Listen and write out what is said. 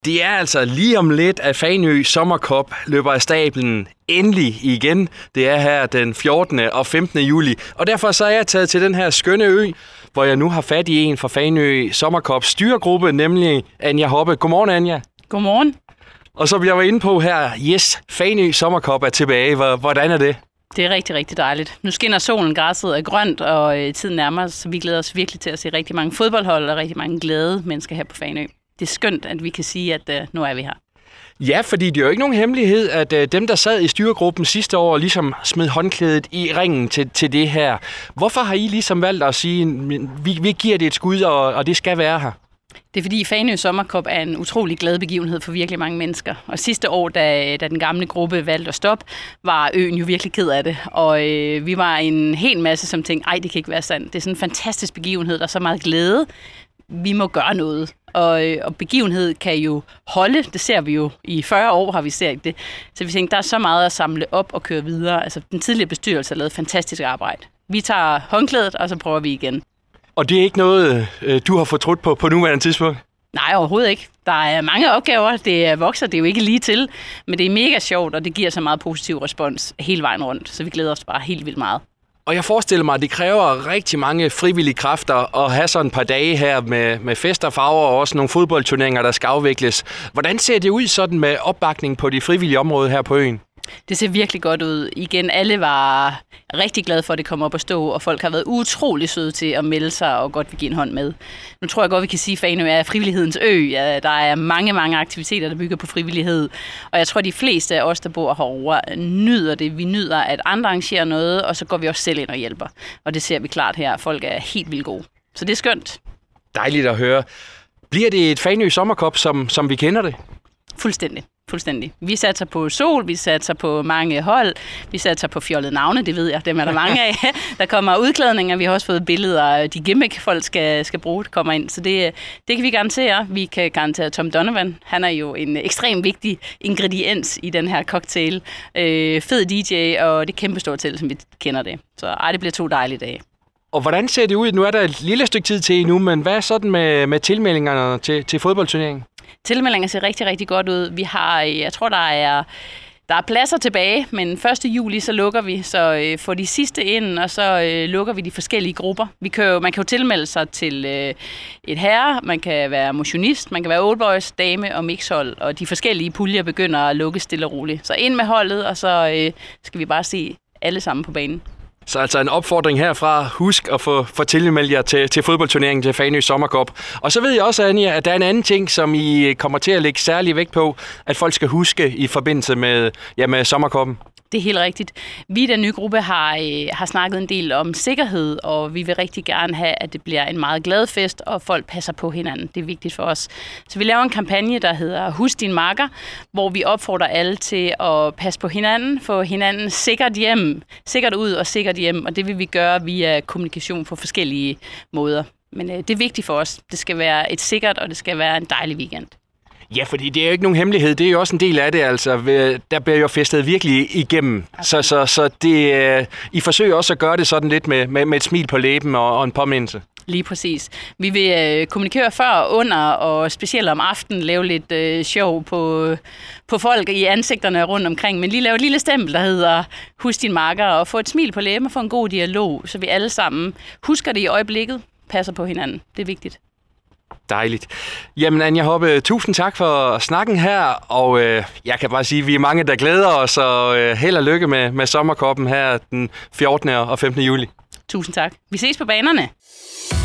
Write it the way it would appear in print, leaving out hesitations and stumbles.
Det er altså lige om lidt, at Fanø Sommercup løber af stablen endelig igen. Det er her den 14. og 15. juli, og derfor så er jeg taget til den her skønne ø, hvor jeg nu har fat i en fra Fanø Sommercups styregruppe, nemlig Anja Hoppe. Godmorgen, Anja. Godmorgen. Og så bliver jeg inde på her, Fanø Sommercup er tilbage. Hvordan er det? Det er rigtig, rigtig dejligt. Nu skinner solen, græsset er grønt, og tiden nærmer os, så vi glæder os virkelig til at se rigtig mange fodboldhold og rigtig mange glade mennesker her på Fanø. Det er skønt, at vi kan sige, at nu er vi her. Ja, fordi det er jo ikke nogen hemmelighed, at dem, der sad i styregruppen sidste år, ligesom smed håndklædet i ringen til det her. Hvorfor har I ligesom valgt at sige, vi giver det et skud, og det skal være her? Det er fordi Fanø Sommercup er en utrolig glad begivenhed for virkelig mange mennesker. Og sidste år, da den gamle gruppe valgte at stoppe, var øen jo virkelig ked af det. Og vi var en hel masse, som tænkte, ej, det kan ikke være sandt. Det er sådan en fantastisk begivenhed, der er så meget glæde. Vi må gøre noget. Og begivenhed kan jo holde, det ser vi jo i 40 år, har vi set det. Så vi tænkte, der er så meget at samle op og køre videre. Altså, den tidligere bestyrelse har lavet fantastisk arbejde. Vi tager håndklædet, og så prøver vi igen. Og det er ikke noget, du har fortrudt på nuværende tidspunkt? Nej, overhovedet ikke. Der er mange opgaver, det vokser, det er jo ikke lige til, men det er mega sjovt, og det giver så meget positiv respons hele vejen rundt, så vi glæder os bare helt vildt meget. Og jeg forestiller mig, at det kræver rigtig mange frivillige kræfter at have sådan et par dage her med fester, farver og også nogle fodboldturneringer, der skal afvikles. Hvordan ser det ud sådan med opbakning på de frivillige områder her på øen? Det ser virkelig godt ud. Igen, alle var rigtig glade for, at det kom op at stå, og folk har været utrolig søde til at melde sig og godt vil give en hånd med. Nu tror jeg godt, vi kan sige, at Fanø er frivillighedens ø. Ja, der er mange aktiviteter, der bygger på frivillighed, og jeg tror, at de fleste af os, der bor herovre, nyder det. Vi nyder, at andre arrangerer noget, og så går vi også selv ind og hjælper. Og det ser vi klart her. Folk er helt vildt gode. Så det er skønt. Dejligt at høre. Bliver det et Fanø Sommercup, som vi kender det? Fuldstændig. Vi satser på sol, vi satser på mange hold, vi satser på fjollede navne, det ved jeg, dem er der mange af. Der kommer udklædninger, vi har også fået billeder, de gimmick folk skal bruge, kommer ind, så det kan vi garantere. Vi kan garantere Tom Donovan, han er jo en ekstremt vigtig ingrediens i den her cocktail. Fed DJ, og det kæmpe store til, som vi kender det. Så det bliver 2 dejlige dage. Og hvordan ser det ud? Nu er der et lille stykke tid til endnu, men hvad er sådan med tilmeldingerne til fodboldturneringen? Tilmeldingen ser rigtig, rigtig godt ud. Vi har, jeg tror, der er pladser tilbage, men 1. juli så lukker vi, så får de sidste ind, og så lukker vi de forskellige grupper. Man kan jo tilmelde sig til et herre, man kan være motionist, man kan være oldboys, dame og mixhold, og de forskellige puljer begynder at lukke stille og roligt. Så ind med holdet, og så skal vi bare se alle sammen på banen. Så altså en opfordring herfra. Husk at få tilmeldt jer til fodboldturneringen til Fanø Sommercup. Og så ved jeg også, Anja, at der er en anden ting, som I kommer til at lægge særlig vægt på, at folk skal huske i forbindelse med Sommercuppen. Det er helt rigtigt. Vi i den nye gruppe har snakket en del om sikkerhed, og vi vil rigtig gerne have, at det bliver en meget glad fest, og folk passer på hinanden. Det er vigtigt for os. Så vi laver en kampagne, der hedder Husk din makker, hvor vi opfordrer alle til at passe på hinanden, få hinanden sikkert ud og sikkert hjem, og det vil vi gøre via kommunikation på forskellige måder. Men det er vigtigt for os. Det skal være et sikkert, og det skal være en dejlig weekend. Ja, fordi det er jo ikke nogen hemmelighed. Det er jo også en del af det, altså. Der bliver jo festet virkelig igennem. Så det, I forsøger også at gøre det sådan lidt med et smil på læben og en påmindelse. Lige præcis. Vi vil kommunikere før og under, og specielt om aftenen lave lidt sjov på folk i ansigterne rundt omkring, men lige lave et lille stempel, der hedder Husk din makker, og få et smil på læben og få en god dialog, så vi alle sammen husker det i øjeblikket, passer på hinanden. Det er vigtigt. Dejligt. Jamen Anja Hoppe, tusind tak for snakken her, og jeg kan bare sige, at vi er mange, der glæder os, og held og lykke med Sommercuppen her den 14. og 15. juli. Tusind tak. Vi ses på banerne.